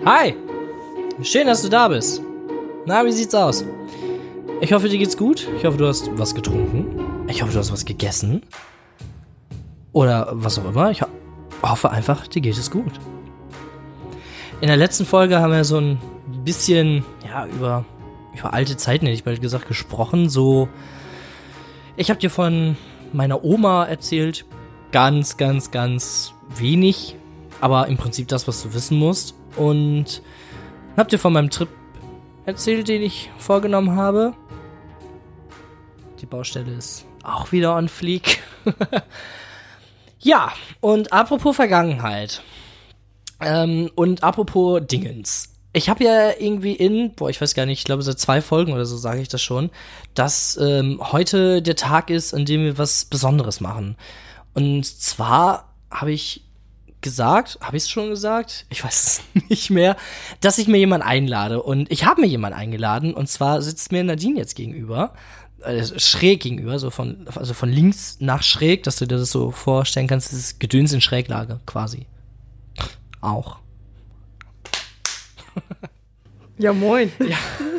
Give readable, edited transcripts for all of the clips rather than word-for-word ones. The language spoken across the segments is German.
Hi! Schön, dass du da bist. Na, wie sieht's aus? Ich hoffe, dir geht's gut. Ich hoffe, du hast was getrunken. Ich hoffe, du hast was gegessen. Oder was auch immer. Ich hoffe einfach, dir geht es gut. In der letzten Folge haben wir so ein bisschen, über alte Zeiten, hätte ich bald gesagt, gesprochen. So, ich habe dir von meiner Oma erzählt. Ganz, ganz, ganz wenig. Aber im Prinzip das, was du wissen musst. Und hab dir von meinem Trip erzählt, den ich vorgenommen habe. Die Baustelle ist auch wieder on fleek. Ja, und apropos Vergangenheit. Und apropos Dingens. Ich habe ja irgendwie ich weiß gar nicht, ich glaube seit 2 Folgen oder so sage ich das schon, dass heute der Tag ist, an dem wir was Besonderes machen. Und zwar habe ich es schon gesagt? Ich weiß es nicht mehr, dass ich mir jemanden einlade. Und ich habe mir jemanden eingeladen, und zwar sitzt mir Nadine jetzt gegenüber, schräg gegenüber, so von links nach schräg, dass du dir das so vorstellen kannst, das ist Gedöns in Schräglage quasi. Auch. Ja, moin. Ja.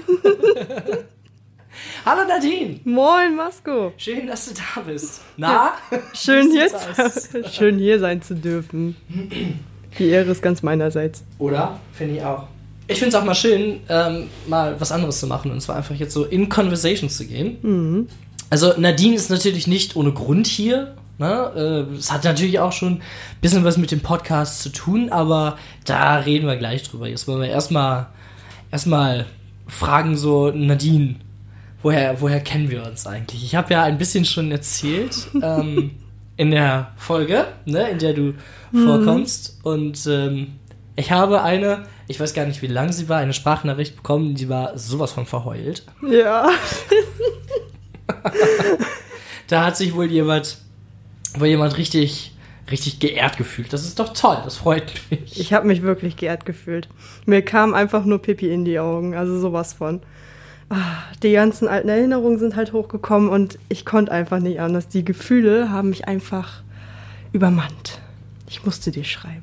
Hallo Nadine. Moin, Masko. Schön, dass du da bist. Na? Schön hier sein zu dürfen. Die Ehre ist ganz meinerseits. Oder? Finde ich auch. Ich finde es auch mal schön, mal was anderes zu machen, und zwar einfach jetzt so in Conversation zu gehen. Mhm. Also Nadine ist natürlich nicht ohne Grund hier. Ne? Es hat natürlich auch schon ein bisschen was mit dem Podcast zu tun, aber da reden wir gleich drüber. Jetzt wollen wir erstmal fragen, so Nadine, woher kennen wir uns eigentlich? Ich habe ja ein bisschen schon erzählt in der Folge, ne, in der du vorkommst. Und ich habe ich weiß gar nicht, wie lang sie war, eine Sprachnachricht bekommen, die war sowas von verheult. Ja. Da hat sich wohl jemand richtig geehrt gefühlt. Das ist doch toll, das freut mich. Ich habe mich wirklich geehrt gefühlt. Mir kam einfach nur Pipi in die Augen, also sowas von. Die ganzen alten Erinnerungen sind halt hochgekommen und ich konnte einfach nicht anders. Die Gefühle haben mich einfach übermannt. Ich musste dir schreiben.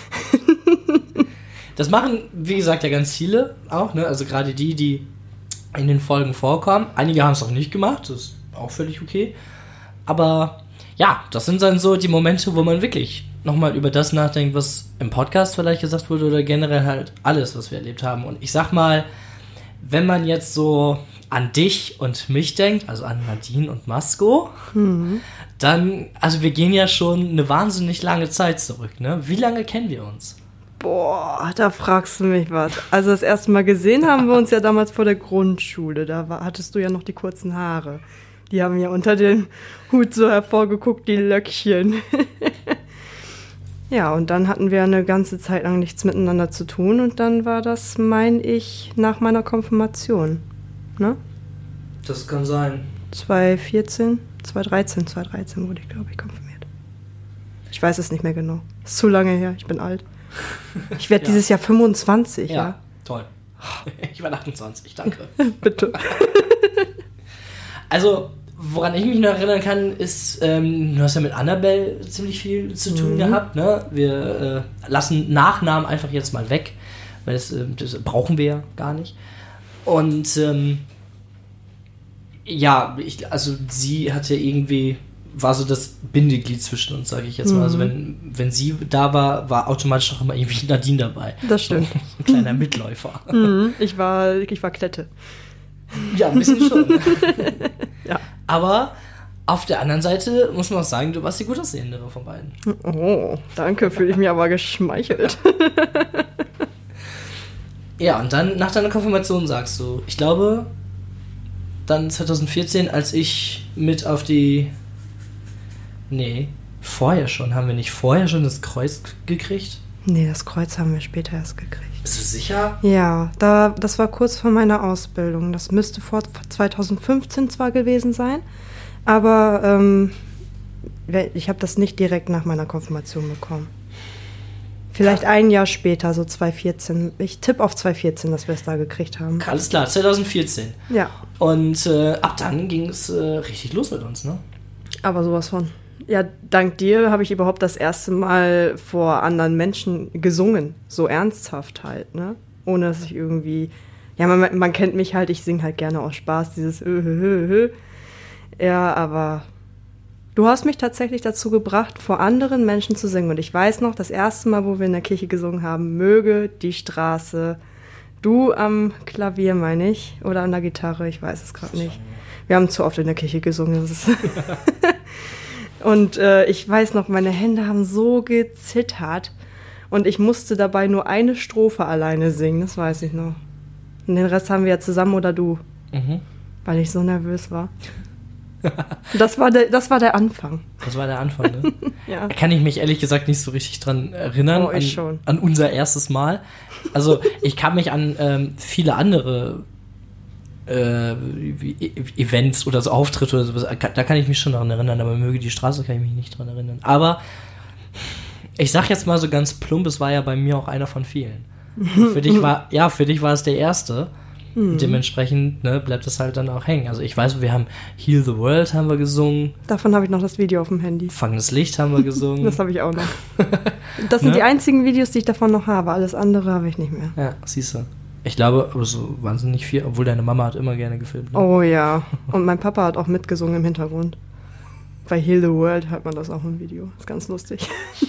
Das machen, wie gesagt, ja ganz viele auch, ne? Also gerade die in den Folgen vorkommen. Einige haben es auch nicht gemacht, das ist auch völlig okay. Aber ja, das sind dann so die Momente, wo man wirklich nochmal über das nachdenkt, was im Podcast vielleicht gesagt wurde oder generell halt alles, was wir erlebt haben. Und ich sag mal, wenn man jetzt so an dich und mich denkt, also an Nadine und Masko, dann, also wir gehen ja schon eine wahnsinnig lange Zeit zurück, ne? Wie lange kennen wir uns? Boah, da fragst du mich was. Also das erste Mal gesehen haben wir uns ja damals vor der Grundschule. Hattest du ja noch die kurzen Haare. Die haben ja unter dem Hut so hervorgeguckt, die Löckchen. Ja, und dann hatten wir eine ganze Zeit lang nichts miteinander zu tun. Und dann war das, meine ich, nach meiner Konfirmation. Ne? Das kann sein. 2013 wurde ich, glaube ich, konfirmiert. Ich weiß es nicht mehr genau. Ist zu lange her, ich bin alt. Ich werde dieses Jahr 25, ja. Toll. Ich war 28, danke. Bitte. Also, woran ich mich noch erinnern kann, ist, du hast ja mit Annabelle ziemlich viel zu tun gehabt, ne? Wir lassen Nachnamen einfach jetzt mal weg, weil das brauchen wir ja gar nicht. Und sie hatte irgendwie, war so das Bindeglied zwischen uns, sage ich jetzt mal. Also wenn sie da war automatisch auch immer irgendwie Nadine dabei. Das stimmt. So ein kleiner Mitläufer. Ich war Klette. Ja, ein bisschen schon. Ja. Aber auf der anderen Seite muss man auch sagen, du warst die gut aussehendere von beiden. Oh, danke, fühle ich mich aber geschmeichelt. Ja, und dann nach deiner Konfirmation sagst du, ich glaube, dann 2014, als ich mit auf die... Nee, vorher schon. Haben wir nicht vorher schon das Kreuz gekriegt? Nee, das Kreuz haben wir später erst gekriegt. Bist du sicher? Ja, das war kurz vor meiner Ausbildung. Das müsste vor 2015 zwar gewesen sein, aber ich habe das nicht direkt nach meiner Konfirmation bekommen. Vielleicht ein Jahr später, so 2014. Ich tippe auf 2014, dass wir es da gekriegt haben. Alles klar, 2014. Ja. Und ab dann ging es richtig los mit uns, ne? Aber sowas von. Ja, dank dir habe ich überhaupt das erste Mal vor anderen Menschen gesungen. So ernsthaft halt, ne? Ohne dass ich irgendwie... Ja, man kennt mich halt, ich singe halt gerne aus Spaß, dieses Ja, aber du hast mich tatsächlich dazu gebracht, vor anderen Menschen zu singen. Und ich weiß noch, das erste Mal, wo wir in der Kirche gesungen haben, möge die Straße, du am Klavier, meine ich, oder an der Gitarre, ich weiß es gerade nicht. Wir haben zu oft in der Kirche gesungen. Das ist und ich weiß noch, meine Hände haben so gezittert und ich musste dabei nur eine Strophe alleine singen, das weiß ich noch. Und den Rest haben wir ja zusammen oder du, weil ich so nervös war. Das war der Anfang. Das war der Anfang, ne? Ja. Da kann ich mich ehrlich gesagt nicht so richtig dran erinnern, an unser erstes Mal. Also ich kann mich an viele andere Events oder so Auftritte oder sowas, da kann ich mich schon daran erinnern, aber möge die Straße kann ich mich nicht dran erinnern. Aber ich sag jetzt mal so ganz plump, es war ja bei mir auch einer von vielen. Für dich war es der erste. Dementsprechend bleibt es halt dann auch hängen. Also ich weiß, wir haben Heal the World haben wir gesungen. Davon habe ich noch das Video auf dem Handy. Fangendes Licht haben wir gesungen. Das habe ich auch noch. Das sind die einzigen Videos, die ich davon noch habe. Alles andere habe ich nicht mehr. Ja, siehst du. Ich glaube, aber so wahnsinnig viel, obwohl deine Mama hat immer gerne gefilmt. Ne? Oh ja. Und mein Papa hat auch mitgesungen im Hintergrund. Bei Heal the World hört man das auch im Video. Ist ganz lustig.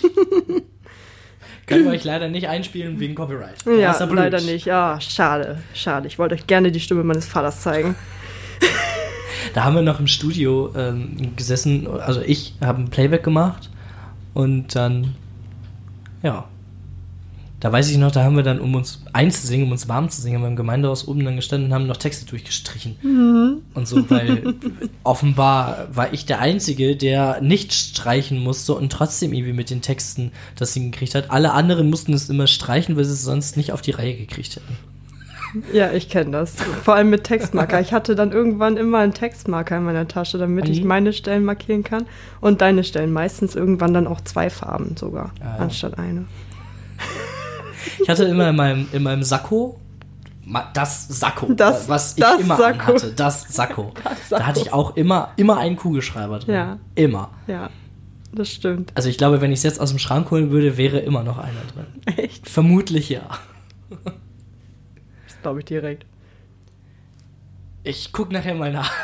Können wir euch leider nicht einspielen wegen Copyright. Ja, leider nicht. Ja, schade. Ich wollte euch gerne die Stimme meines Vaters zeigen. Da haben wir noch im Studio gesessen. Also ich habe ein Playback gemacht. Und dann, ja. Da weiß ich noch, da haben wir dann, um uns einzusingen, um uns warm zu singen, haben wir im Gemeindehaus oben dann gestanden und haben noch Texte durchgestrichen. Und so, weil offenbar war ich der Einzige, der nicht streichen musste und trotzdem irgendwie mit den Texten das hingekriegt hat. Alle anderen mussten es immer streichen, weil sie es sonst nicht auf die Reihe gekriegt hätten. Ja, ich kenne das. Vor allem mit Textmarker. Ich hatte dann irgendwann immer einen Textmarker in meiner Tasche, damit ich meine Stellen markieren kann und deine Stellen. Meistens irgendwann dann auch 2 Farben sogar, anstatt eine. Ich hatte immer in meinem Sakko das Sakko, was ich immer Sakko. anhatte. Das Sakko. Da hatte ich auch immer einen Kugelschreiber drin. Ja. Immer. Ja, das stimmt. Also ich glaube, wenn ich es jetzt aus dem Schrank holen würde, wäre immer noch einer drin. Echt? Vermutlich ja. Das glaube ich direkt. Ich guck nachher mal nach.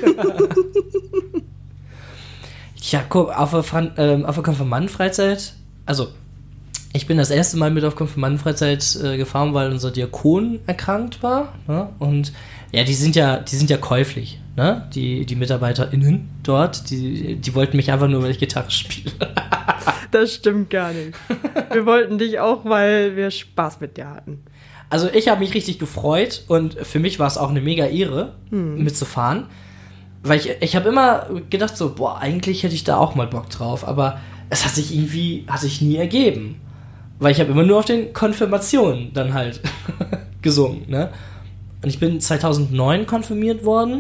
Ja, guck, auf der Konfirmandenfreizeit, also ich bin das erste Mal mit auf Konfirmandenfreizeit gefahren, weil unser Diakon erkrankt war. Ne? Und ja, die sind ja käuflich, ne? Die MitarbeiterInnen dort, die wollten mich einfach nur, weil ich Gitarre spiele. Das stimmt gar nicht. Wir wollten dich auch, weil wir Spaß mit dir hatten. Also ich habe mich richtig gefreut und für mich war es auch eine mega Ehre, mitzufahren. Weil ich habe immer gedacht so, boah, eigentlich hätte ich da auch mal Bock drauf, aber es hat sich nie ergeben. Weil ich habe immer nur auf den Konfirmationen dann halt gesungen, ne? Und ich bin 2009 konfirmiert worden.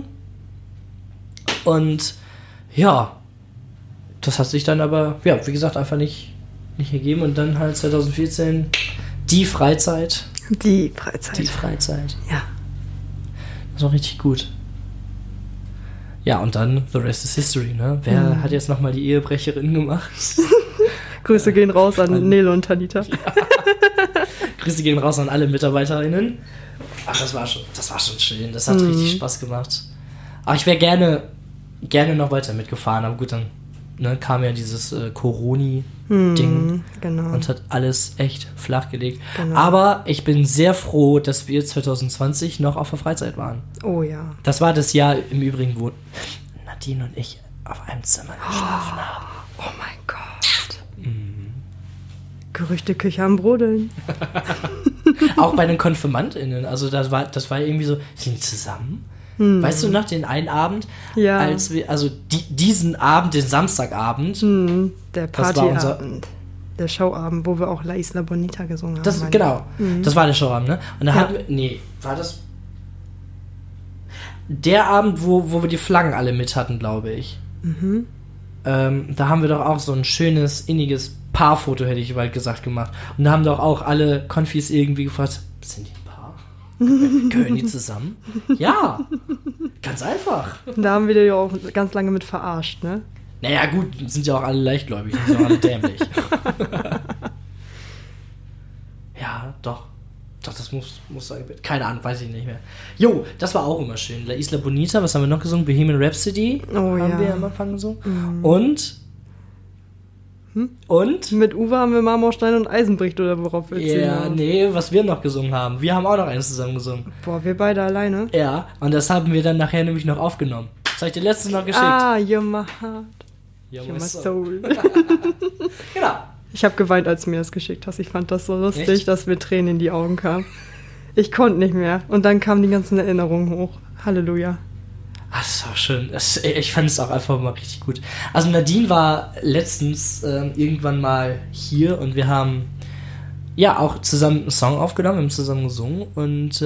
Und ja, das hat sich dann aber, ja, wie gesagt, einfach nicht ergeben. Und dann halt 2014 die Freizeit. Die Freizeit. Ja. Das war richtig gut. Ja, und dann the rest is history, ne? Wer hat jetzt nochmal die Ehebrecherin gemacht? Grüße gehen raus an Nele und Tanita. Ja. Grüße gehen raus an alle MitarbeiterInnen. Ach, das war schon schön. Das hat richtig Spaß gemacht. Aber ich wäre gerne noch weiter mitgefahren. Aber gut, dann kam ja dieses Coroni-Ding genau. Und hat alles echt flachgelegt. Genau. Aber ich bin sehr froh, dass wir 2020 noch auf der Freizeit waren. Oh ja. Das war das Jahr im Übrigen, wo Nadine und ich auf einem Zimmer geschlafen haben. Oh mein Gott. Gerüchteküche am Brodeln. Auch bei den KonfirmandInnen. Also das war irgendwie so, sind die zusammen? Weißt du noch, den einen Abend, als wir, also diesen Abend, den Samstagabend. Der Partyabend. Der Showabend, wo wir auch La Isla Bonita gesungen haben. Genau, das war der Showabend, ne? Und da hatten wir, war das der Abend, wo wir die Flaggen alle mit hatten, glaube ich. Da haben wir doch auch so ein schönes, inniges Paarfoto, hätte ich bald gesagt, gemacht. Und da haben doch auch alle Konfis irgendwie gefragt, sind die ein Paar? Gehören die zusammen? Ja, ganz einfach. Da haben wir dir ja auch ganz lange mit verarscht, ne? Naja, gut, sind ja auch alle leichtgläubig, sind ja auch alle dämlich. Ja, doch. Doch, das muss sein. Keine Ahnung, weiß ich nicht mehr. Jo, das war auch immer schön. La Isla Bonita, was haben wir noch gesungen? Bohemian Rhapsody haben wir am Anfang gesungen. Mhm. Und? Mit Uwe haben wir Marmorstein und Eisenbricht, oder worauf willst du hinaus? Ja, nee, was wir noch gesungen haben. Wir haben auch noch eins zusammen gesungen. Boah, wir beide alleine? Ja, und das haben wir dann nachher nämlich noch aufgenommen. Das habe ich dir letztens noch geschickt. You're my heart, you're my soul. Genau. Ich habe geweint, als du mir das geschickt hast. Ich fand das so lustig, Echt? dass mir Tränen in die Augen kamen. Ich konnte nicht mehr. Und dann kamen die ganzen Erinnerungen hoch. Halleluja. Ach, das war schön. Ich fand es auch einfach mal richtig gut. Also Nadine war letztens irgendwann mal hier und wir haben ja auch zusammen einen Song aufgenommen, wir haben zusammen gesungen und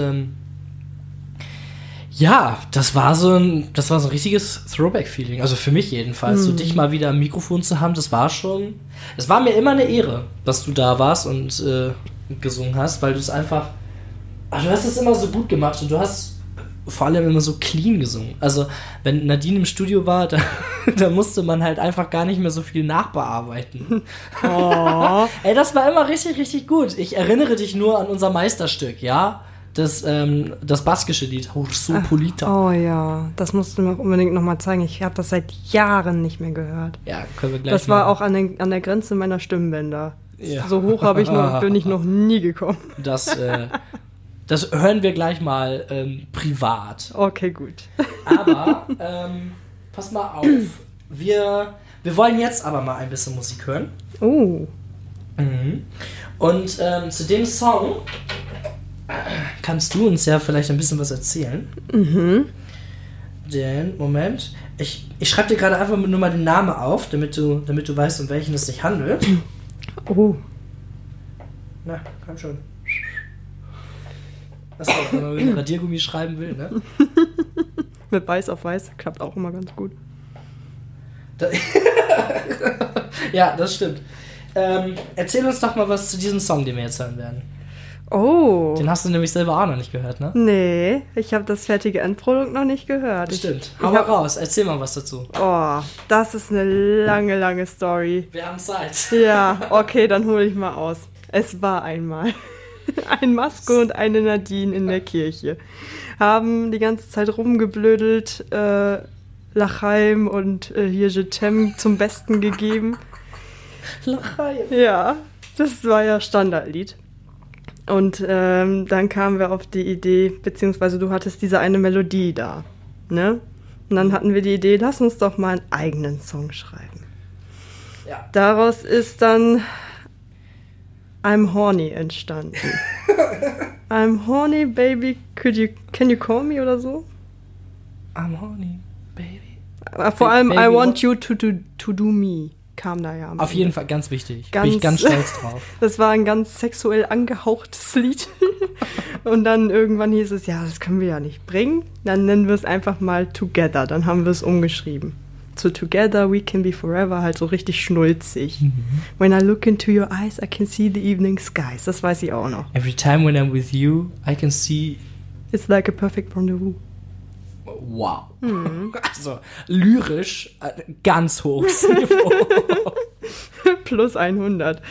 ja, das war so ein richtiges Throwback-Feeling. Also für mich jedenfalls. So dich mal wieder am Mikrofon zu haben, es war mir immer eine Ehre, dass du da warst und gesungen hast, weil du es einfach, du hast es immer so gut gemacht und du hast vor allem immer so clean gesungen. Also wenn Nadine im Studio war, da musste man halt einfach gar nicht mehr so viel nachbearbeiten. Oh. Ey, das war immer richtig, richtig gut. Ich erinnere dich nur an unser Meisterstück, ja? Das baskische Lied, Urso Polita. Oh ja, das musst du mir unbedingt nochmal zeigen. Ich habe das seit Jahren nicht mehr gehört. Ja, können wir gleich Das war auch an der Grenze meiner Stimmbänder. Ja. So hoch bin ich noch nie gekommen. Das hören wir gleich mal privat. Okay, gut. Aber, pass mal auf. Wir wollen jetzt aber mal ein bisschen Musik hören. Oh. Mhm. Und zu dem Song kannst du uns ja vielleicht ein bisschen was erzählen. Mhm. Denn, Moment, ich schreibe dir gerade einfach nur mal den Namen auf, damit du weißt, um welchen es sich handelt. Oh. Na, komm schon. Achso, wenn man mit dem Radiergummi schreiben will, ne? Mit Weiß auf Weiß klappt auch immer ganz gut. Ja, das stimmt. Erzähl uns doch mal was zu diesem Song, den wir jetzt hören werden. Oh. Den hast du nämlich selber auch noch nicht gehört, ne? Nee, ich habe das fertige Endprodukt noch nicht gehört. Stimmt. Hau mal raus, erzähl mal was dazu. Oh, das ist eine lange, lange Story. Wir haben Zeit. Ja, okay, dann hole ich mal aus. Es war einmal ein Masko und eine Nadine in der Kirche. Haben die ganze Zeit rumgeblödelt, L'Chaim und hier Je t'aime zum Besten gegeben. L'Chaim. Ja, das war ja Standardlied. Und dann kamen wir auf die Idee, beziehungsweise du hattest diese eine Melodie da, ne? Und dann hatten wir die Idee, lass uns doch mal einen eigenen Song schreiben. Ja. Daraus ist dann I'm Horny entstanden. I'm horny, baby, can you call me oder so? I'm horny, baby. Aber vor allem I want you to do me. Kam da ja. Auf jeden Fall ganz wichtig. Bin ich ganz stolz drauf. Das war ein ganz sexuell angehauchtes Lied. Und dann irgendwann hieß es, ja, das können wir ja nicht bringen. Dann nennen wir es einfach mal Together. Dann haben wir es umgeschrieben. So Together we can be forever, halt so richtig schnulzig. When I look into your eyes, I can see the evening skies. Das weiß ich auch noch. Every time when I'm with you, I can see... It's like a perfect rendezvous. Wow. Also lyrisch ganz hohes Niveau. Plus 100.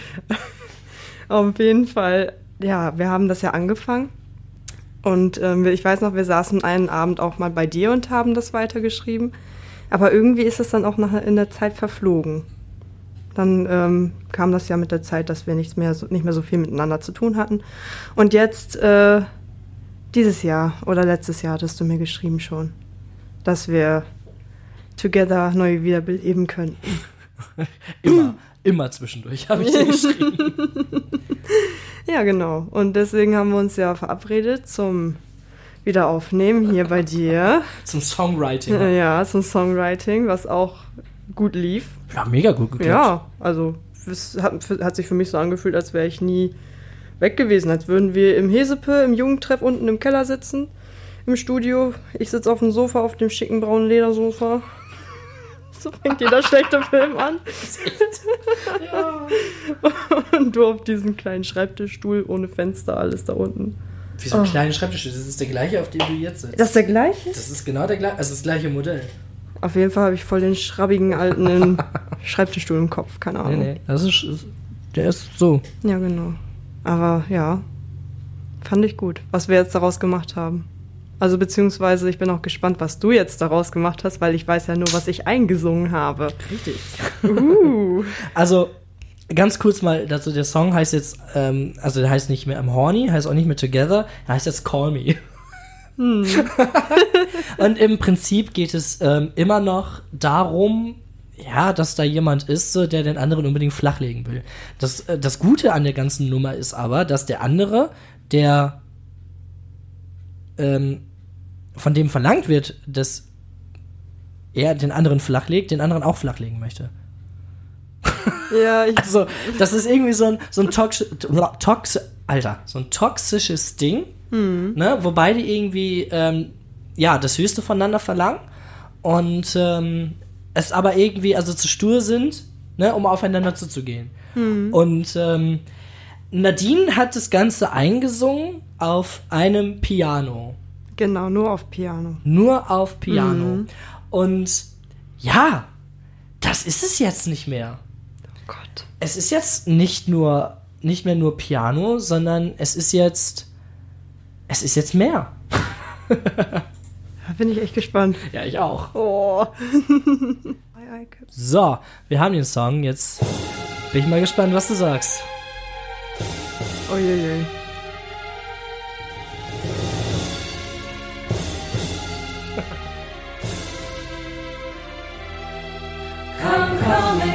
Auf jeden Fall, ja, wir haben das ja angefangen. Und ich weiß noch, wir saßen einen Abend auch mal bei dir und haben das weitergeschrieben. Aber irgendwie ist es dann auch in der Zeit verflogen. Dann kam das ja mit der Zeit, dass wir nicht mehr so viel miteinander zu tun hatten. Und jetzt... dieses Jahr oder letztes Jahr hattest du mir geschrieben schon, dass wir Together neu wiederbeleben könnten. Immer zwischendurch habe ich dir geschrieben. Ja, genau. Und deswegen haben wir uns ja verabredet zum Wiederaufnehmen hier bei dir. Zum Songwriting. Ja, zum Songwriting, was auch gut lief. Ja, mega gut geklappt. Ja, also es hat sich für mich so angefühlt, als wäre ich nie weg gewesen, als würden wir im Hesepe, im Jugendtreff unten im Keller sitzen, im Studio. Ich sitze auf dem Sofa, auf dem schicken braunen Ledersofa. So fängt jeder schlechte Film an. Ja. Und du auf diesem kleinen Schreibtischstuhl ohne Fenster, alles da unten. Wie so ein kleiner Schreibtisch. Das ist der gleiche, auf dem du jetzt sitzt. Das ist der gleiche? Das ist genau der gleiche, also das gleiche Modell. Auf jeden Fall habe ich voll den schrabbigen alten Schreibtischstuhl im Kopf, keine Ahnung. Nee. Der ist so. Ja, genau. Aber ja, fand ich gut, was wir jetzt daraus gemacht haben. Also beziehungsweise ich bin auch gespannt, was du jetzt daraus gemacht hast, weil ich weiß ja nur, was ich eingesungen habe. Richtig. Also, ganz kurz mal dazu, der Song heißt jetzt, also der heißt nicht mehr I'm Horny, heißt auch nicht mehr Together, er heißt jetzt Call Me. Und im Prinzip geht es immer noch darum, ja, dass da jemand ist, so, der den anderen unbedingt flachlegen will. Das Gute an der ganzen Nummer ist aber, dass der andere, der von dem verlangt wird, dass er den anderen flachlegt, den anderen auch flachlegen möchte. Ja, Also, das ist irgendwie so ein toxisches Ding, ne, wo beide irgendwie das Höchste voneinander verlangen und es aber irgendwie also zu stur sind, ne, um aufeinander zuzugehen. Und Nadine hat das Ganze eingesungen auf einem Piano. genau, nur auf Piano. Nur auf Piano. Und ja, das ist es jetzt nicht mehr. Oh Gott. Es ist jetzt nicht mehr nur Piano, sondern es ist jetzt mehr. Da bin ich echt gespannt. Ja, ich auch. Oh. So, wir haben den Song. Jetzt bin ich mal gespannt, was du sagst. Uiuiui. Come call me,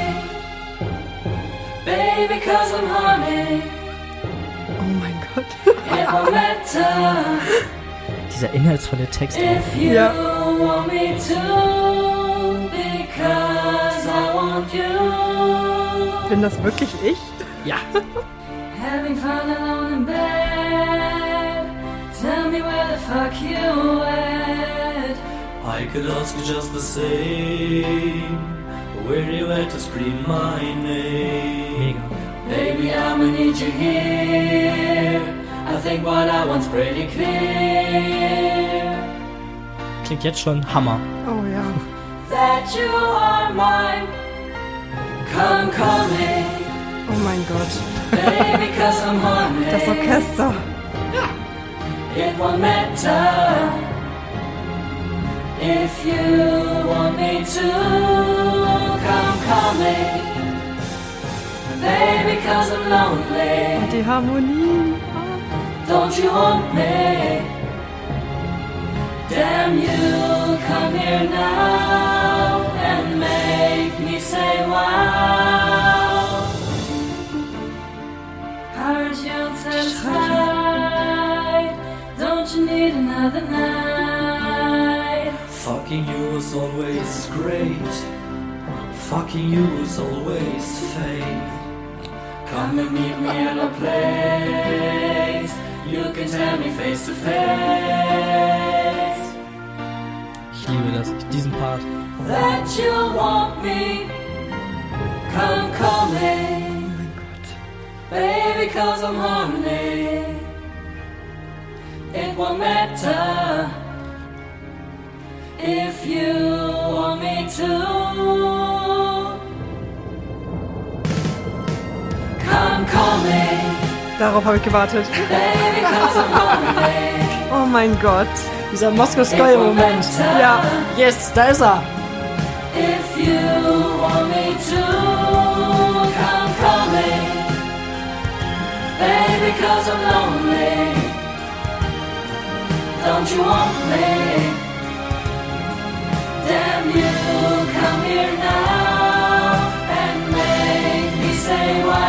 baby, 'cause I'm horny. Oh mein Gott. It won't matter Dieser inhaltsvolle Text. if you Ja. want me to, because I want you. Bin das wirklich ich? Ja. Having fun alone in bed. Tell me where the fuck you at. I could ask you just the same, where you at to scream my name. Mega. Baby, I'ma need you here. I think what I want's pretty clear. Klingt jetzt schon Hammer. Oh ja. That you are mine. Come call me, Oh mein Gott. baby, 'cause I'm horny. Das Orchester. It won't matter if you want me to. Come call me, baby, 'cause I'm lonely. Die Harmonie. Don't you want me? Damn you, come here now and make me say wow. Aren't you satisfied? Don't you need another night? Fucking you was always great. Fucking you was always fake. Come and meet me at a place. You can tell me face to face Ich liebe das. Diesen Part. that you want me. Come call me, baby, 'cause I'm horny. It won't matter if you want me to. Come call me, Darauf habe ich gewartet. baby, 'cause I'm horny. Oh mein Gott. Dieser Moskau Sky Moment. Ja. Yes, da ist er. If you want me to, come call me, baby, 'cause I'm lonely. Don't you want me? Damn you, come here now and make me say wow.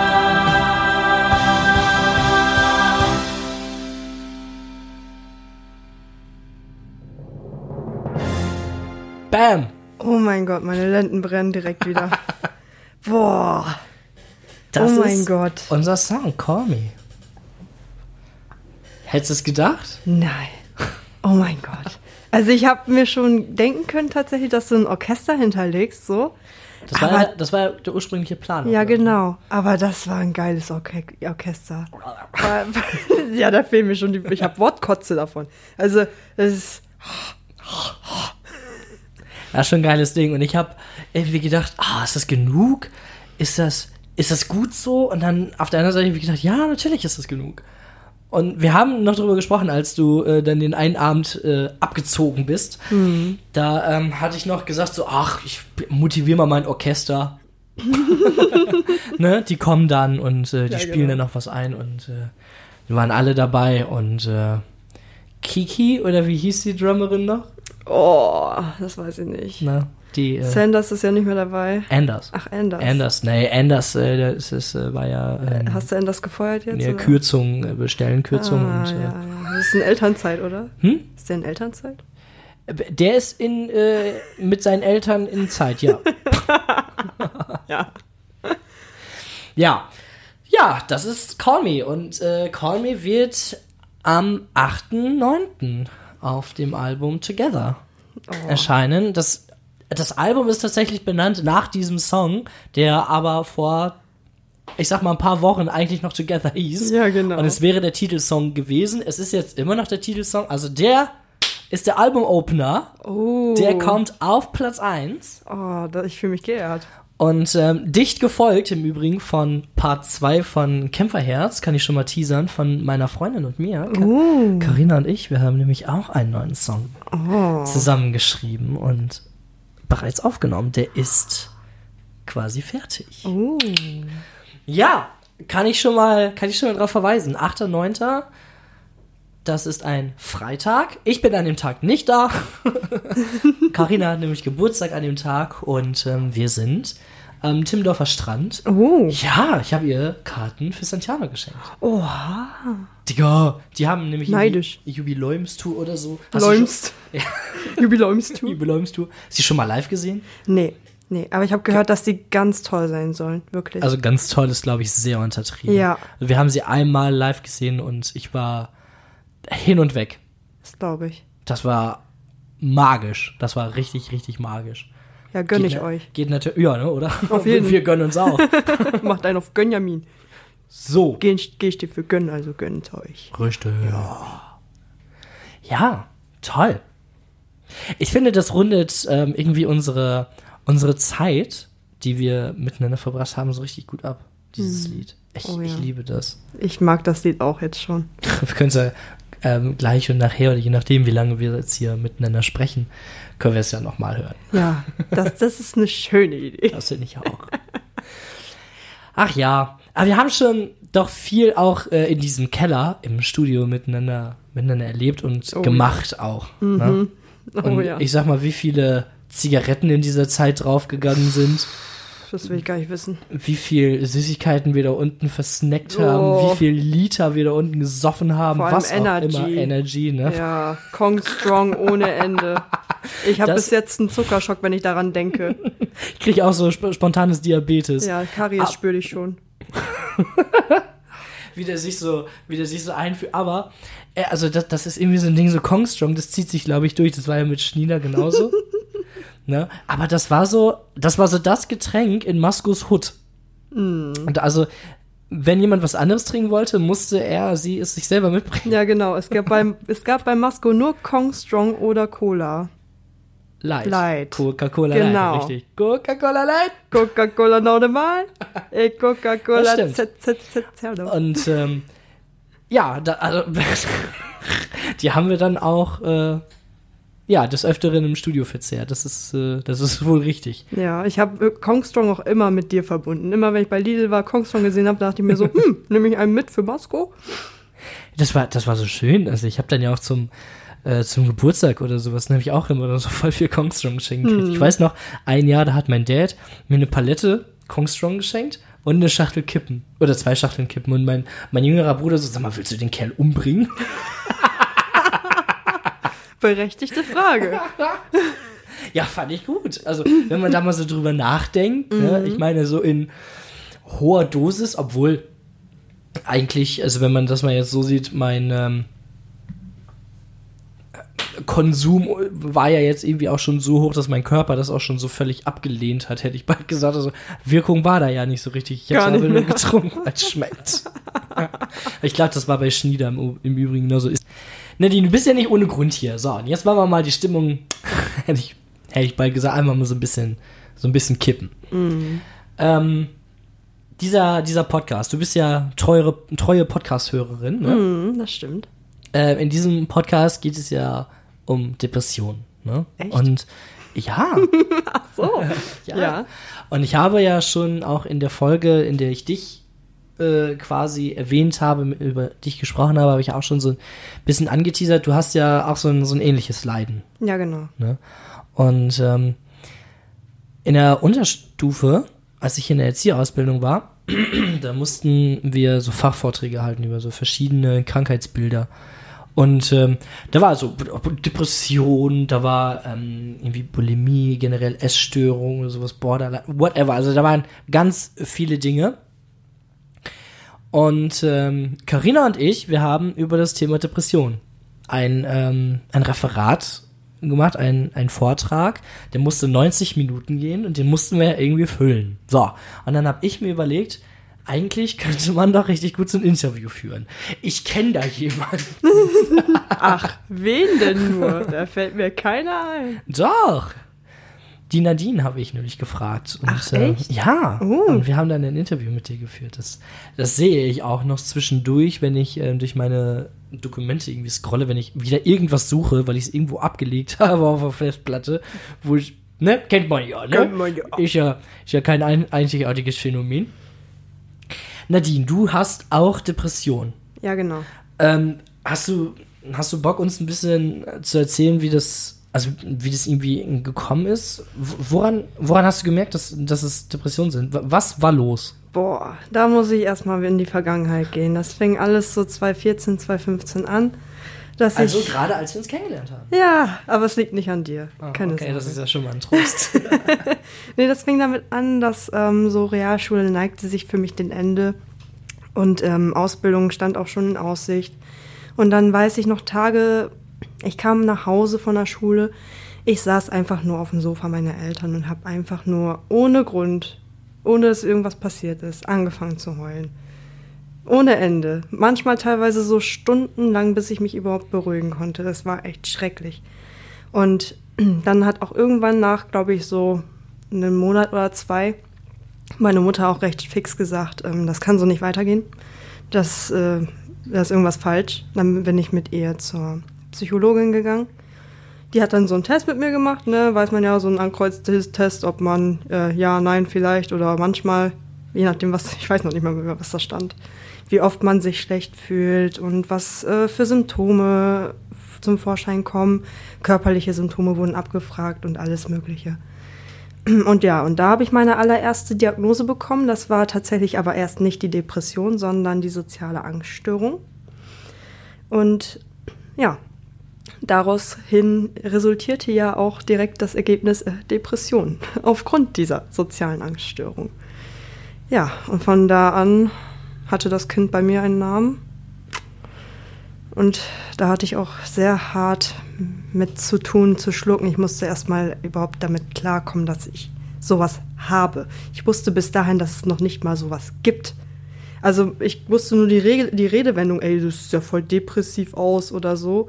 Bam. Oh mein Gott, meine Lenden brennen direkt wieder. Boah. Das Oh mein ist Gott. unser Song, Call Me. Hättest du es gedacht? Nein. Oh mein Gott. Also ich habe mir schon denken können tatsächlich, dass du ein Orchester hinterlegst, so. Das war ja der ursprüngliche Plan. Ja, oder? genau. Aber das war ein geiles Orchester. Ja, da fehlen mir schon ich habe Wortkotze davon. Also, das ist... Ja, schon ein geiles Ding. Und ich habe irgendwie gedacht, ist das genug? Ist das gut so? Und dann auf der anderen Seite habe ich gedacht, ja, natürlich ist das genug. Und wir haben noch darüber gesprochen, als du dann den einen Abend abgezogen bist. Mhm. Da hatte ich noch gesagt so, ich motiviere mal mein Orchester. Ne? Die kommen dann und die spielen dann noch was ein und wir waren alle dabei und Kiki, oder wie hieß die Drummerin noch? Oh, das weiß ich nicht. Na, die Sanders ist ja nicht mehr dabei. Anders. Ach, Anders. Anders, war ja Hast du Anders gefeuert jetzt? nee, oder? Kürzung, bestellen Kürzung und ja. Das ist in Elternzeit, oder? Ist der in Elternzeit? der ist mit seinen Eltern in Zeit, ja. Ja. Ja, das ist Call Me und Call Me wird am 8.9. auf dem Album Together erscheinen. Das Album ist tatsächlich benannt nach diesem Song, der aber vor, ich sag mal, ein paar Wochen eigentlich noch Together hieß. Ja, genau. Und es wäre der Titelsong gewesen. Es ist jetzt immer noch der Titelsong. Also der ist der Album-Opener. Oh. Der kommt auf Platz 1. Ich fühle mich geehrt. Und dicht gefolgt im Übrigen von Part 2 von Kämpferherz, kann ich schon mal teasern, von meiner Freundin und mir. Carina und ich, wir haben nämlich auch einen neuen Song zusammengeschrieben und bereits aufgenommen. Der ist quasi fertig. Ja, kann ich schon mal drauf verweisen. 8.9., das ist ein Freitag. Ich bin an dem Tag nicht da. Carina hat nämlich Geburtstag an dem Tag und wir sind am Timmendorfer Strand. Ja, ich habe ihr Karten für Santiano geschenkt. Oha. Digga, die haben nämlich Neidisch. Jubiläumstour oder so. Jubiläumstour. Hast du die schon mal live gesehen? Nee, aber ich habe gehört, dass die ganz toll sein sollen, wirklich. Also ganz toll ist, glaube ich, sehr untertrieben. Ja. Wir haben sie einmal live gesehen und ich war hin und weg. Das glaube ich. Das war magisch. Das war richtig, richtig magisch. Ja, gönne ich euch. Geht natürlich, ja, ne, oder? Auf jeden Fall. Wir gönnen uns auch. Macht einen auf Gönjamin. So. Geh ich dir für gönnen, also gönnt euch. Richtig. Ja, toll. Ich finde, das rundet irgendwie unsere Zeit, die wir miteinander verbracht haben, so richtig gut ab. Dieses Lied. Ich liebe das. Ich mag das Lied auch jetzt schon. Wir können es ja gleich und nachher, oder je nachdem, wie lange wir jetzt hier miteinander sprechen, können wir es ja nochmal hören. Ja, das ist eine schöne Idee. Das finde ich auch. Ach ja, aber wir haben schon doch viel auch in diesem Keller im Studio miteinander erlebt und gemacht auch. Ne? Und ich sag mal, wie viele Zigaretten in dieser Zeit draufgegangen sind. Das will ich gar nicht wissen. Wie viel Süßigkeiten wir da unten versnackt haben, wie viel Liter wir da unten gesoffen haben, vor allem was Energy. auch immer, Energy, ne? Ja, Kong Strong ohne Ende. Ich habe bis jetzt einen Zuckerschock, wenn ich daran denke. Ich kriege auch so spontanes Diabetes. Ja, Karies spüre ich schon. Wie der sich so einführt, aber also das ist irgendwie so ein Ding, so Kong Strong, das zieht sich, glaube ich, durch, das war ja mit Schneider genauso. Ne? Aber das war so das Getränk in Maskos Hut. Und also, wenn jemand was anderes trinken wollte, musste sie es sich selber mitbringen. Ja, genau. Es gab bei Masko nur Kong Strong oder Cola. Light. Coca-Cola genau. Light, richtig. Coca-Cola Light. Coca-Cola normal. Coca-Cola Das Z. Und ja, die haben wir dann auch des Öfteren im Studio verzehrt. Das ist wohl richtig. Ja, ich habe Kong Strong auch immer mit dir verbunden. Immer wenn ich bei Lidl war, Kong Strong gesehen habe, dachte ich mir so, nehme ich einen mit für Masko? Das war so schön. Also ich habe dann ja auch zum Geburtstag oder sowas, habe ich auch immer so voll viel Kong Strong geschenkt gekriegt. Ich weiß noch, ein Jahr, da hat mein Dad mir eine Palette Kong Strong geschenkt und eine Schachtel Kippen. Oder 2 Schachteln Kippen. Und mein jüngerer Bruder so, sag mal, willst du den Kerl umbringen? Berechtigte Frage. Ja, fand ich gut. Also, wenn man da mal so drüber nachdenkt, ne, ich meine, so in hoher Dosis, obwohl eigentlich, also wenn man das mal jetzt so sieht, mein Konsum war ja jetzt irgendwie auch schon so hoch, dass mein Körper das auch schon so völlig abgelehnt hat, hätte ich bald gesagt. Also, Wirkung war da ja nicht so richtig. Ich habe es aber nur getrunken, weil es schmeckt. Ich glaube, das war bei Schneider im Übrigen genauso. Nadine, du bist ja nicht ohne Grund hier. So, und jetzt machen wir mal die Stimmung. Hätte hätte ich bald gesagt, einmal mal so ein bisschen kippen. Dieser Podcast, du bist ja treue Podcast-Hörerin, ne? Das stimmt. In diesem Podcast geht es ja um Depressionen, ne? Echt? Und ja. Ach so. Ja. Und ich habe ja schon auch in der Folge, in der ich dich quasi erwähnt habe, über dich gesprochen habe ich auch schon so ein bisschen angeteasert. Du hast ja auch so ein ähnliches Leiden. Ja, genau. Ne? Und in der Unterstufe, als ich in der Erzieherausbildung war, da mussten wir so Fachvorträge halten über so verschiedene Krankheitsbilder. Und da war so Depression, da war irgendwie Bulimie, generell Essstörung oder sowas, Borderline, whatever. Also da waren ganz viele Dinge. Und Carina und ich, wir haben über das Thema Depression ein Referat gemacht, einen Vortrag, der musste 90 Minuten gehen und den mussten wir ja irgendwie füllen. So, und dann habe ich mir überlegt, eigentlich könnte man doch richtig gut so ein Interview führen. Ich kenne da jemanden. Ach, wen denn nur? Da fällt mir keiner ein. Doch. Die Nadine habe ich nämlich gefragt. Und, ach, echt? Ja. Und wir haben dann ein Interview mit dir geführt. Das sehe ich auch noch zwischendurch, wenn ich durch meine Dokumente irgendwie scrolle, wenn ich wieder irgendwas suche, weil ich es irgendwo abgelegt habe auf der Festplatte, wo ich, ne, kennt man ja, ne? Kennt man ja. Ist ja kein einzigartiges Phänomen. Nadine, du hast auch Depression. Ja, genau. Hast du Bock, uns ein bisschen zu erzählen, wie das irgendwie gekommen ist? Woran hast du gemerkt, dass es Depressionen sind? Was war los? Boah, da muss ich erstmal in die Vergangenheit gehen. Das fing alles so 2014, 2015 an. Also gerade als wir uns kennengelernt haben? Ja, aber es liegt nicht an dir. Keine Sorge. Das ist ja schon mal ein Trost. Nee, das fing damit an, dass so Realschule neigte sich für mich dem Ende und Ausbildung stand auch schon in Aussicht. Und dann weiß ich noch Tage, ich kam nach Hause von der Schule, ich saß einfach nur auf dem Sofa meiner Eltern und habe einfach nur ohne Grund, ohne dass irgendwas passiert ist, angefangen zu heulen. Ohne Ende. Manchmal teilweise so stundenlang, bis ich mich überhaupt beruhigen konnte. Das war echt schrecklich. Und dann hat auch irgendwann nach, glaube ich, so einem Monat oder 2 meine Mutter auch recht fix gesagt, das kann so nicht weitergehen. Da ist irgendwas falsch. Dann bin ich mit ihr zur Psychologin gegangen. Die hat dann so einen Test mit mir gemacht, ne? Weiß man ja, so einen Ankreuztest, ob man ja, nein vielleicht oder manchmal, je nachdem, ich weiß noch nicht mal mehr, was da stand, wie oft man sich schlecht fühlt und was für Symptome zum Vorschein kommen. Körperliche Symptome wurden abgefragt und alles Mögliche. Und ja, und da habe ich meine allererste Diagnose bekommen. Das war tatsächlich aber erst nicht die Depression, sondern die soziale Angststörung. Und ja, daraus hin resultierte ja auch direkt das Ergebnis Depression aufgrund dieser sozialen Angststörung. Ja, und von da an hatte das Kind bei mir einen Namen. Und da hatte ich auch sehr hart mit zu tun, zu schlucken. Ich musste erstmal überhaupt damit klarkommen, dass ich sowas habe. Ich wusste bis dahin, dass es noch nicht mal sowas gibt. Also ich wusste nur die Redewendung, ey, du siehst ja voll depressiv aus oder so.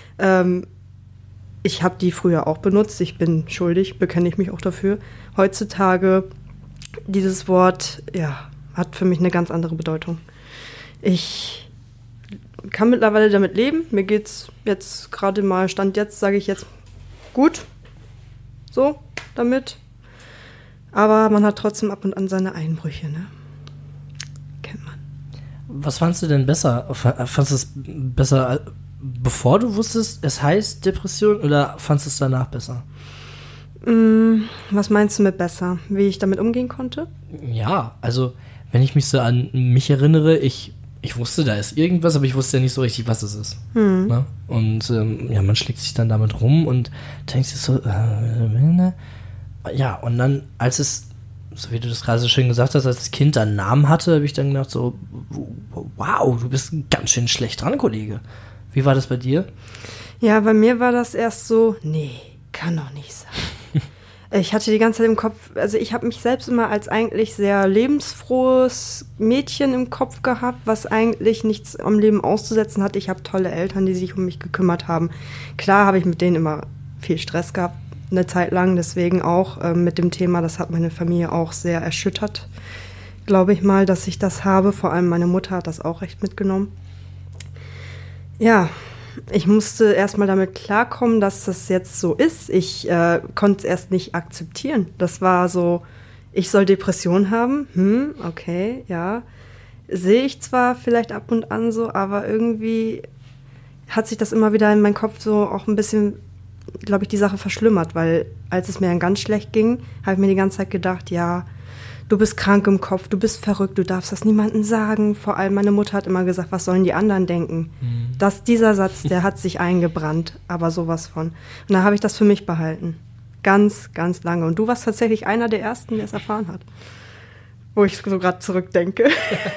Ich habe die früher auch benutzt. Ich bin schuldig, bekenne ich mich auch dafür. Heutzutage, dieses Wort, ja, hat für mich eine ganz andere Bedeutung. Ich kann mittlerweile damit leben. Mir geht's jetzt gerade mal, Stand jetzt, sage ich jetzt, gut. So, damit. Aber man hat trotzdem ab und an seine Einbrüche, ne? Kennt man. Was fandst du denn besser? Fandst du es besser, bevor du wusstest, es heißt Depression, oder fandst du es danach besser? Was meinst du mit besser? Wie ich damit umgehen konnte? Ja, also wenn ich mich so an mich erinnere, ich wusste, da ist irgendwas, aber ich wusste ja nicht so richtig, was es ist. Ne? Und ja, man schlägt sich dann damit rum und denkt sich so, ja, und dann, als es, so wie du das gerade so schön gesagt hast, als das Kind einen Namen hatte, habe ich dann gedacht so, wow, du bist ganz schön schlecht dran, Kollege. Wie war das bei dir? Ja, bei mir war das erst so, nee, kann doch nicht sein. Ich hatte die ganze Zeit im Kopf, also ich habe mich selbst immer als eigentlich sehr lebensfrohes Mädchen im Kopf gehabt, was eigentlich nichts am Leben auszusetzen hat. Ich habe tolle Eltern, die sich um mich gekümmert haben. Klar habe ich mit denen immer viel Stress gehabt, eine Zeit lang, deswegen auch mit dem Thema, das hat meine Familie auch sehr erschüttert, glaube ich mal, dass ich das habe. Vor allem meine Mutter hat das auch recht mitgenommen. Ja, ich musste erstmal damit klarkommen, dass das jetzt so ist. Ich konnte es erst nicht akzeptieren. Das war so, ich soll Depression haben. Okay, ja. Sehe ich zwar vielleicht ab und an so, aber irgendwie hat sich das immer wieder in meinem Kopf so auch ein bisschen, glaube ich, die Sache verschlimmert, weil als es mir dann ganz schlecht ging, habe ich mir die ganze Zeit gedacht, ja, du bist krank im Kopf, du bist verrückt, du darfst das niemandem sagen. Vor allem meine Mutter hat immer gesagt, was sollen die anderen denken? Dieser Satz, der hat sich eingebrannt, aber sowas von. Und da habe ich das für mich behalten. Ganz, ganz lange. Und du warst tatsächlich einer der Ersten, der es erfahren hat. Wo ich so gerade zurückdenke.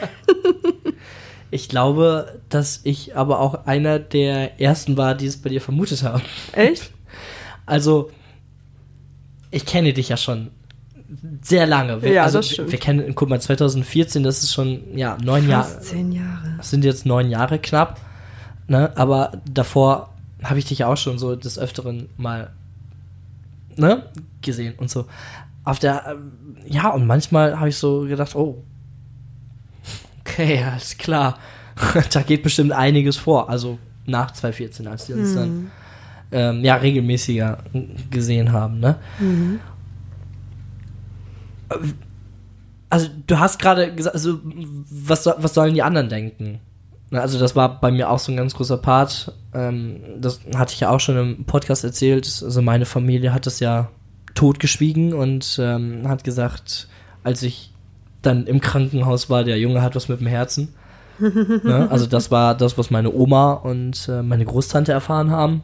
Ich glaube, dass ich aber auch einer der Ersten war, die es bei dir vermutet haben. Echt? Also, ich kenne dich ja schon sehr lange. Ja, also, das stimmt. Wir kennen, guck mal, 2014, das ist schon, 9 Jahre. Fast 10 Jahre. Das sind jetzt 9 Jahre knapp. Ne? Aber davor habe ich dich ja auch schon so des Öfteren mal gesehen und so. Und manchmal habe ich so gedacht, oh, okay, alles klar. Da geht bestimmt einiges vor. Also nach 2014, als wir uns dann regelmäßiger gesehen haben. Ne? Also du hast gerade gesagt, also was sollen die anderen denken? Also das war bei mir auch so ein ganz großer Part. Das hatte ich ja auch schon im Podcast erzählt. Also meine Familie hat das ja totgeschwiegen und hat gesagt, als ich dann im Krankenhaus war, der Junge hat was mit dem Herzen. Ne? Also das war das, was meine Oma und meine Großtante erfahren haben.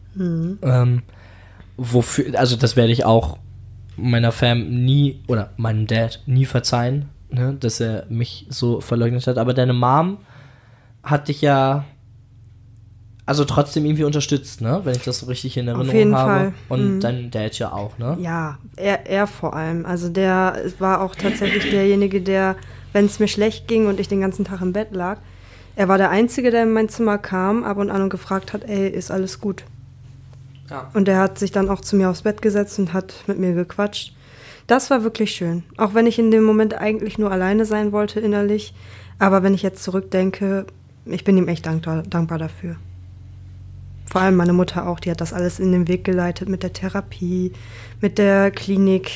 Wofür, also das werde ich auch meiner Fam nie, oder meinem Dad nie verzeihen, ne? Dass er mich so verleugnet hat. Aber deine Mom hat dich ja also trotzdem irgendwie unterstützt, ne? Wenn ich das so richtig in Erinnerung habe. Auf jeden Fall. Und dein Dad ja auch, ne? Ja, er vor allem. Also der war auch tatsächlich derjenige, der, wenn es mir schlecht ging und ich den ganzen Tag im Bett lag, er war der Einzige, der in mein Zimmer kam ab und an und gefragt hat, ey, ist alles gut? Ja. Und er hat sich dann auch zu mir aufs Bett gesetzt und hat mit mir gequatscht. Das war wirklich schön. Auch wenn ich in dem Moment eigentlich nur alleine sein wollte innerlich. Aber wenn ich jetzt zurückdenke, ich bin ihm echt dankbar dafür. Vor allem meine Mutter auch, die hat das alles in den Weg geleitet mit der Therapie, mit der Klinik.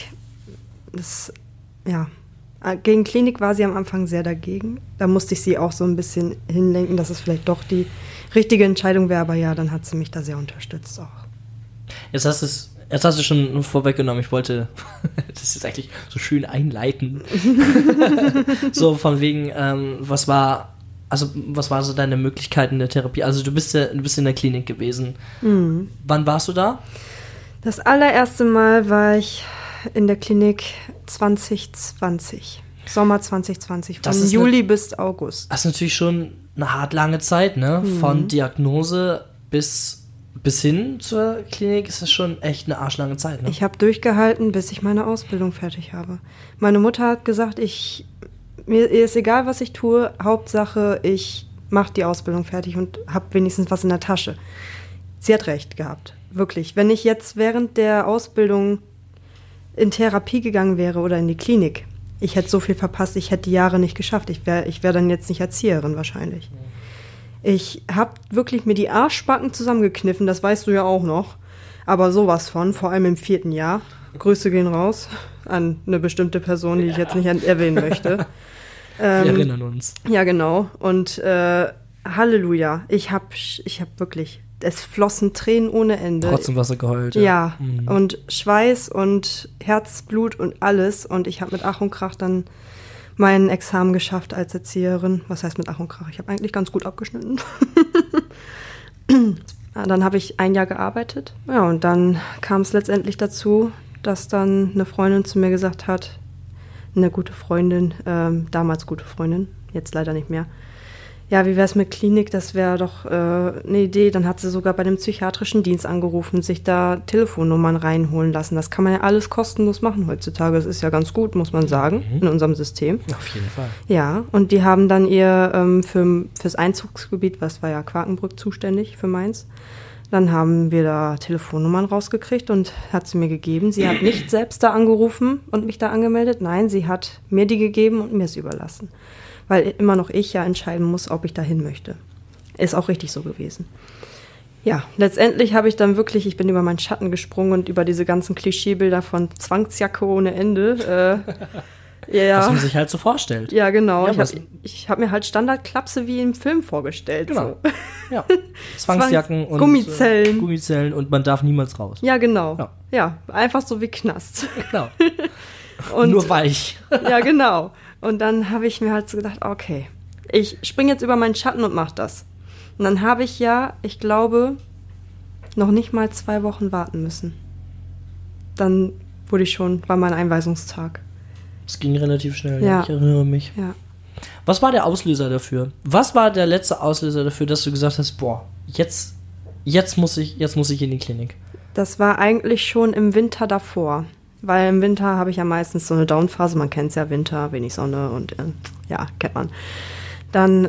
Gegen Klinik war sie am Anfang sehr dagegen. Da musste ich sie auch so ein bisschen hinlenken, dass es vielleicht doch die richtige Entscheidung wäre. Aber ja, dann hat sie mich da sehr unterstützt auch. Jetzt hast du schon vorweggenommen, ich wollte das ist eigentlich so schön einleiten. So von wegen, was war so deine Möglichkeiten der Therapie? Also du bist in der Klinik gewesen. Wann warst du da? Das allererste Mal war ich in der Klinik 2020. Sommer 2020, von Juli bis August. Das ist natürlich schon eine hart lange Zeit, ne? Von Diagnose bis hin zur Klinik ist es schon echt eine arschlange Zeit, ne? Ich habe durchgehalten, bis ich meine Ausbildung fertig habe. Meine Mutter hat gesagt, mir ist egal, was ich tue, Hauptsache, ich mache die Ausbildung fertig und habe wenigstens was in der Tasche. Sie hat recht gehabt, wirklich. Wenn ich jetzt während der Ausbildung in Therapie gegangen wäre oder in die Klinik, ich hätte so viel verpasst, ich hätte die Jahre nicht geschafft. Ich wär dann jetzt nicht Erzieherin wahrscheinlich. Ich habe wirklich mir die Arschbacken zusammengekniffen, das weißt du ja auch noch. Aber sowas von, vor allem im 4. Jahr. Grüße gehen raus an eine bestimmte Person, die ich jetzt nicht erwähnen möchte. Wir erinnern uns. Ja, genau. Und Halleluja. Ich hab wirklich, es flossen Tränen ohne Ende. Trotzdem Wasser geheult. Ja, und Schweiß und Herzblut und alles. Und ich habe mit Ach und Krach dann mein Examen geschafft als Erzieherin. Was heißt mit Ach und Krach? Ich habe eigentlich ganz gut abgeschnitten. Dann habe ich 1 Jahr gearbeitet. Ja, und dann kam es letztendlich dazu, dass dann eine Freundin zu mir gesagt hat, eine gute Freundin, damals gute Freundin, jetzt leider nicht mehr. Ja, wie wäre es mit Klinik? Das wäre doch eine Idee. Dann hat sie sogar bei dem psychiatrischen Dienst angerufen, sich da Telefonnummern reinholen lassen. Das kann man ja alles kostenlos machen heutzutage. Das ist ja ganz gut, muss man sagen, in unserem System. Auf jeden Fall. Ja, und die haben dann ihr fürs Einzugsgebiet, was war ja Quakenbrück zuständig für Mainz, Dann haben wir da Telefonnummern rausgekriegt und hat sie mir gegeben. Sie hat nicht selbst da angerufen und mich da angemeldet. Nein, sie hat mir die gegeben und mir es überlassen. Weil immer noch ich ja entscheiden muss, ob ich da hin möchte. Ist auch richtig so gewesen. Ja, letztendlich habe ich dann wirklich, ich bin über meinen Schatten gesprungen und über diese ganzen Klischeebilder von Zwangsjacke ohne Ende. Ja. Was man sich halt so vorstellt. Ja, genau. Ja, ich hab mir halt Standardklapse wie im Film vorgestellt. Genau. So. Ja. Zwangsjacken und Gummizellen und man darf niemals raus. Ja, genau. Ja. Ja, einfach so wie Knast. Genau. Und, Nur weich. Ja, genau. Und dann habe ich mir halt so gedacht, okay, ich springe jetzt über meinen Schatten und mache das. Und dann habe ich ja, ich glaube, noch nicht mal 2 Wochen warten müssen. Dann war mein Einweisungstag. Es ging relativ schnell, Ja. Ich erinnere mich. Ja. Was war der Auslöser dafür? Was war der letzte Auslöser dafür, dass du gesagt hast, boah, jetzt muss ich in die Klinik? Das war eigentlich schon im Winter davor. Weil im Winter habe ich ja meistens so eine Downphase. Man kennt es ja, Winter, wenig Sonne und ja, kennt man. Dann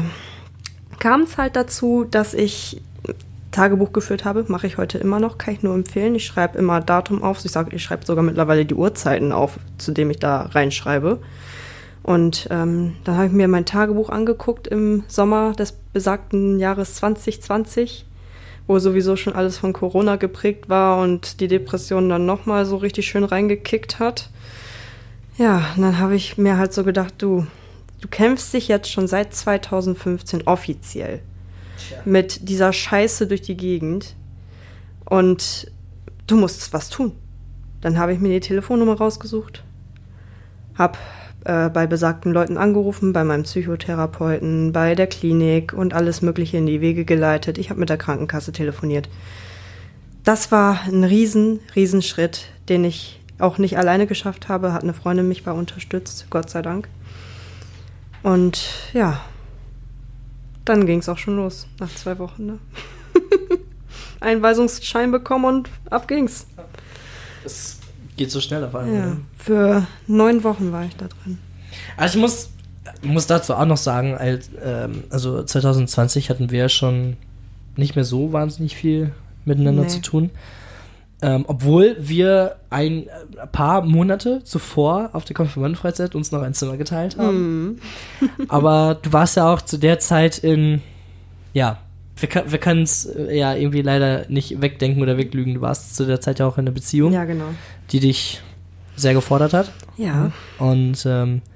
kam es halt dazu, dass ich Tagebuch geführt habe. Mache ich heute immer noch, kann ich nur empfehlen. Ich schreibe immer Datum auf. Ich schreibe sogar mittlerweile die Uhrzeiten auf, zu dem ich da reinschreibe. Und dann habe ich mir mein Tagebuch angeguckt im Sommer des besagten Jahres 2020, wo sowieso schon alles von Corona geprägt war und die Depression dann nochmal so richtig schön reingekickt hat. Ja, und dann habe ich mir halt so gedacht, du kämpfst dich jetzt schon seit 2015 offiziell mit dieser Scheiße durch die Gegend und du musst was tun. Dann habe ich mir die Telefonnummer rausgesucht, habe bei besagten Leuten angerufen, bei meinem Psychotherapeuten, bei der Klinik und alles Mögliche in die Wege geleitet. Ich habe mit der Krankenkasse telefoniert. Das war ein riesen Schritt, den ich auch nicht alleine geschafft habe. Hat eine Freundin mich bei unterstützt, Gott sei Dank. Und ja, dann ging es auch schon los, nach 2 Wochen. Ne? Einweisungsschein bekommen und ab ging's. Es geht so schnell auf einmal. Ja, für 9 Wochen war ich da drin. Also ich muss dazu auch noch sagen, also 2020 hatten wir ja schon nicht mehr so wahnsinnig viel miteinander zu tun. Obwohl wir ein paar Monate zuvor auf der Konfirmandenfreizeit uns noch ein Zimmer geteilt haben. Aber du warst ja auch zu der Zeit wir können es ja irgendwie leider nicht wegdenken oder weglügen. Du warst zu der Zeit ja auch in einer Beziehung, Ja, genau. die dich sehr gefordert hat. Ja. Und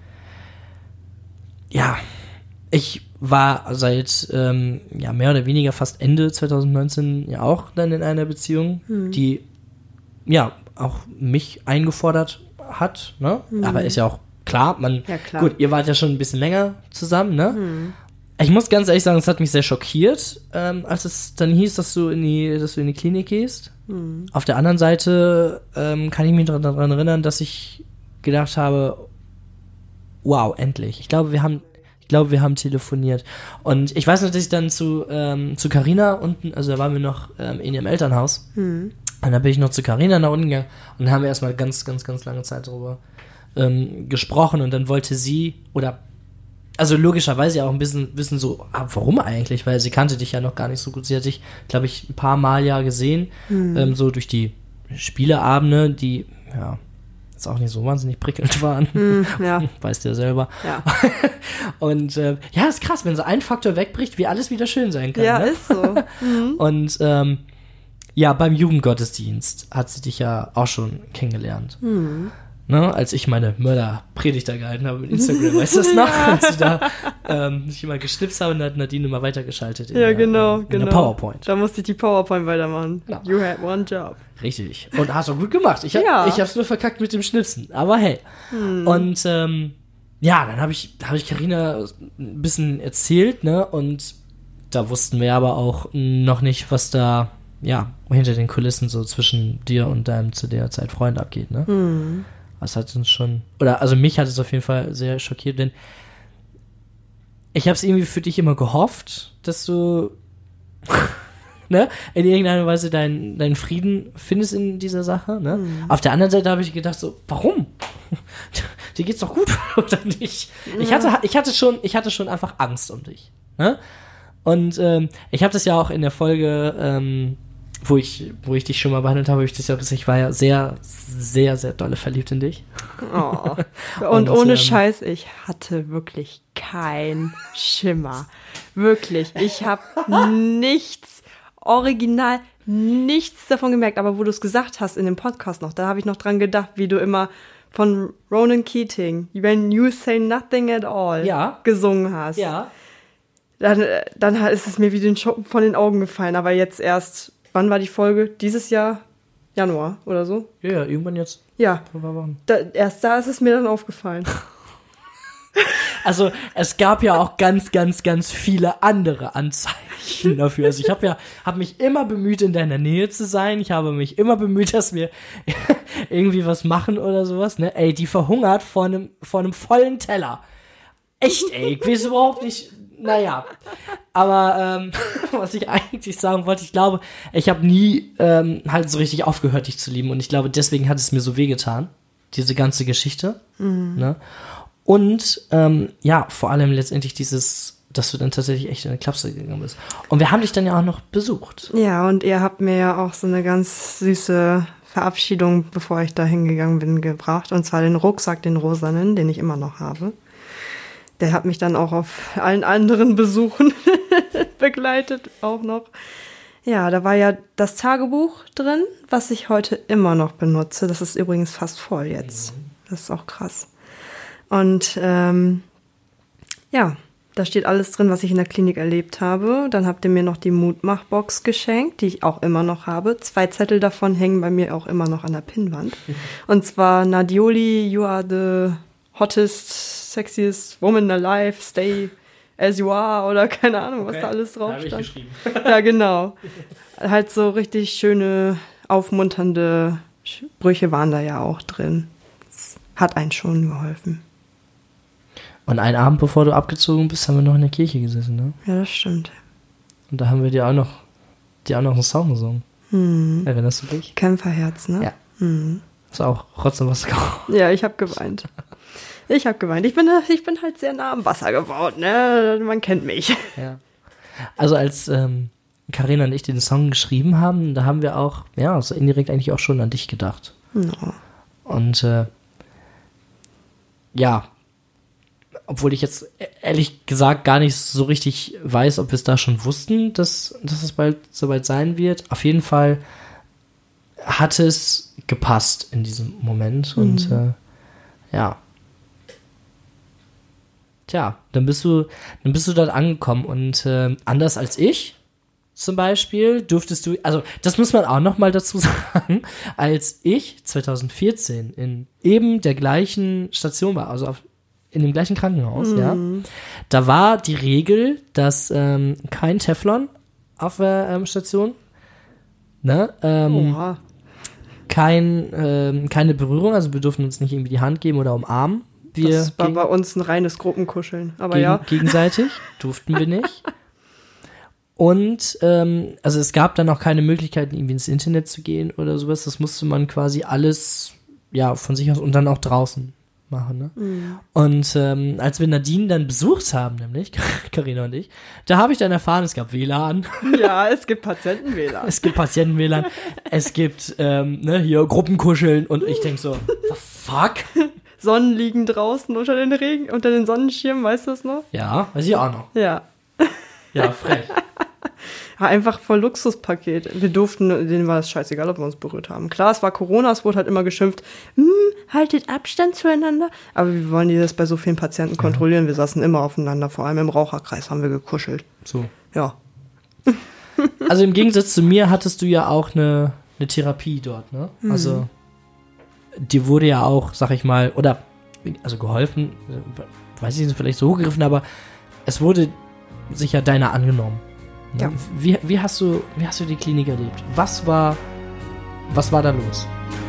ich war seit mehr oder weniger fast Ende 2019 ja auch dann in einer Beziehung, die ja auch mich eingefordert hat, ne? Aber ist ja auch klar, klar. Gut, ihr wart ja schon ein bisschen länger zusammen, ne? Ich muss ganz ehrlich sagen, es hat mich sehr schockiert, als es dann hieß, dass du in die Klinik gehst. Auf der anderen Seite kann ich mich daran erinnern, dass ich gedacht habe, wow, endlich. Ich glaube, wir haben telefoniert. Und ich weiß noch, dass ich dann zu Carina unten, also da waren wir noch in ihrem Elternhaus. Und dann bin ich noch zu Carina nach unten gegangen und dann haben wir erstmal ganz lange Zeit darüber gesprochen und dann wollte sie, also logischerweise auch ein bisschen wissen so, warum eigentlich? Weil sie kannte dich ja noch gar nicht so gut. Sie hat dich, glaube ich, ein paar Mal ja gesehen, so durch die Spieleabende, die, ja, jetzt auch nicht so wahnsinnig prickelnd waren. Ja. Weißt du ja selber. Ja. Und ist krass, wenn so ein Faktor wegbricht, wie alles wieder schön sein kann. Ja, ne? ist so. Und beim Jugendgottesdienst hat sie dich ja auch schon kennengelernt. Ne, als ich meine Mörderpredigt da gehalten habe mit Instagram, weißt du das noch? Als ich da mich immer geschnipst habe und hat Nadine immer weitergeschaltet in der PowerPoint. Da musste ich die PowerPoint weitermachen. Genau. You had one job. Richtig. Und hast du gut gemacht. Ich hab's nur verkackt mit dem Schnipsen. Aber hey. Und dann habe ich Carina ein bisschen erzählt, ne? Und da wussten wir aber auch noch nicht, was da hinter den Kulissen so zwischen dir und deinem zu der Zeit Freund abgeht, ne? Das hat uns schon, mich hat es auf jeden Fall sehr schockiert, denn ich habe es irgendwie für dich immer gehofft, dass du ne, in irgendeiner Weise deinen Frieden findest in dieser Sache. Ne? Auf der anderen Seite habe ich gedacht so, warum? Dir geht's doch gut, oder nicht? Ich hatte schon einfach Angst um dich. Ne? Und ich habe das ja auch in der Folge, wo ich dich schon mal behandelt habe ich das ja auch gesagt, ich war ja sehr, sehr, sehr dolle verliebt in dich. Oh. Und ohne Scheiß, ich hatte wirklich keinen Schimmer. Wirklich. Ich habe original nichts davon gemerkt. Aber wo du es gesagt hast in dem Podcast noch, da habe ich noch dran gedacht, wie du immer von Ronan Keating, When You Say Nothing at All, gesungen hast. Ja. Dann ist es mir wie den Schuppen von den Augen gefallen. Aber jetzt erst, wann war die Folge? Dieses Jahr? Januar oder so? Ja, irgendwann jetzt. Ja. Vor ein paar Wochen. Erst da ist es mir dann aufgefallen. Also es gab ja auch ganz, ganz, ganz viele andere Anzeichen dafür. Also ich habe mich immer bemüht, in deiner Nähe zu sein. Ich habe mich immer bemüht, dass wir irgendwie was machen oder sowas. Ne? Ey, die verhungert vor einem vollen Teller. Echt, ey, ich weiß überhaupt nicht. Naja, aber was ich eigentlich sagen wollte, ich glaube, ich habe nie halt so richtig aufgehört, dich zu lieben. Und ich glaube, deswegen hat es mir so wehgetan, diese ganze Geschichte. Ne? Und vor allem letztendlich dass du dann tatsächlich echt in eine Klapse gegangen bist. Und wir haben dich dann ja auch noch besucht. Ja, und ihr habt mir ja auch so eine ganz süße Verabschiedung, bevor ich da hingegangen bin, gebracht. Und zwar den Rucksack, den rosanen, den ich immer noch habe. Der hat mich dann auch auf allen anderen Besuchen begleitet, auch noch. Ja, da war ja das Tagebuch drin, was ich heute immer noch benutze. Das ist übrigens fast voll jetzt. Das ist auch krass. Und da steht alles drin, was ich in der Klinik erlebt habe. Dann habt ihr mir noch die Mutmach-Box geschenkt, die ich auch immer noch habe. 2 Zettel davon hängen bei mir auch immer noch an der Pinnwand. Und zwar Nadioli, you are the hottest, sexiest woman alive, stay as you are oder keine Ahnung, was da alles drauf stand. Geschrieben. Ja, genau. Halt so richtig schöne, aufmunternde Sprüche waren da ja auch drin. Das hat einen schon geholfen. Und einen Abend, bevor du abgezogen bist, haben wir noch in der Kirche gesessen, ne? Ja, das stimmt. Und da haben wir dir auch noch einen Song gesungen. Erinnerst du dich? Kämpferherz, ne? Ja. Ist auch Rotz und Wasser gehauen. Ja, ich habe geweint. Ich bin halt sehr nah am Wasser gebaut, ne? Man kennt mich. Ja. Also als Carina und ich den Song geschrieben haben, da haben wir auch, so indirekt eigentlich auch schon an dich gedacht. No. Und obwohl ich jetzt ehrlich gesagt gar nicht so richtig weiß, ob wir es da schon wussten, dass es bald soweit sein wird. Auf jeden Fall hat es gepasst in diesem Moment und Tja, dann bist du dort angekommen und anders als ich zum Beispiel durftest du, also das muss man auch noch mal dazu sagen, als ich 2014 in eben der gleichen Station war, also in dem gleichen Krankenhaus, da war die Regel, dass kein Teflon auf der Station, ne, keine Berührung, also wir durften uns nicht irgendwie die Hand geben oder umarmen. Das war bei uns ein reines Gruppenkuscheln, aber gegenseitig durften wir nicht. Und also es gab dann auch keine Möglichkeiten, irgendwie ins Internet zu gehen oder sowas. Das musste man quasi alles von sich aus und dann auch draußen machen. Ne? Und als wir Nadine dann besucht haben, nämlich Carina und ich, da habe ich dann erfahren, es gab WLAN. Ja, es gibt Patienten-WLAN. Es gibt hier Gruppenkuscheln und ich denke so, fuck? Sonnen liegen draußen unter den Sonnenschirmen, weißt du das noch? Ja, weiß ich auch noch. Ja. Ja, frech. Einfach voll Luxuspaket. Wir durften, denen war es scheißegal, ob wir uns berührt haben. Klar, es war Corona, es wurde halt immer geschimpft, haltet Abstand zueinander. Aber wie wollen die das bei so vielen Patienten kontrollieren? Wir saßen immer aufeinander, vor allem im Raucherkreis haben wir gekuschelt. So. Ja. Also im Gegensatz zu mir hattest du ja auch eine Therapie dort, ne? Also dir wurde ja auch, sag ich mal, also geholfen, weiß ich nicht, vielleicht so hochgegriffen, aber es wurde sich ja deiner angenommen. Ne? Ja. Wie hast du die Klinik erlebt? Was war da los?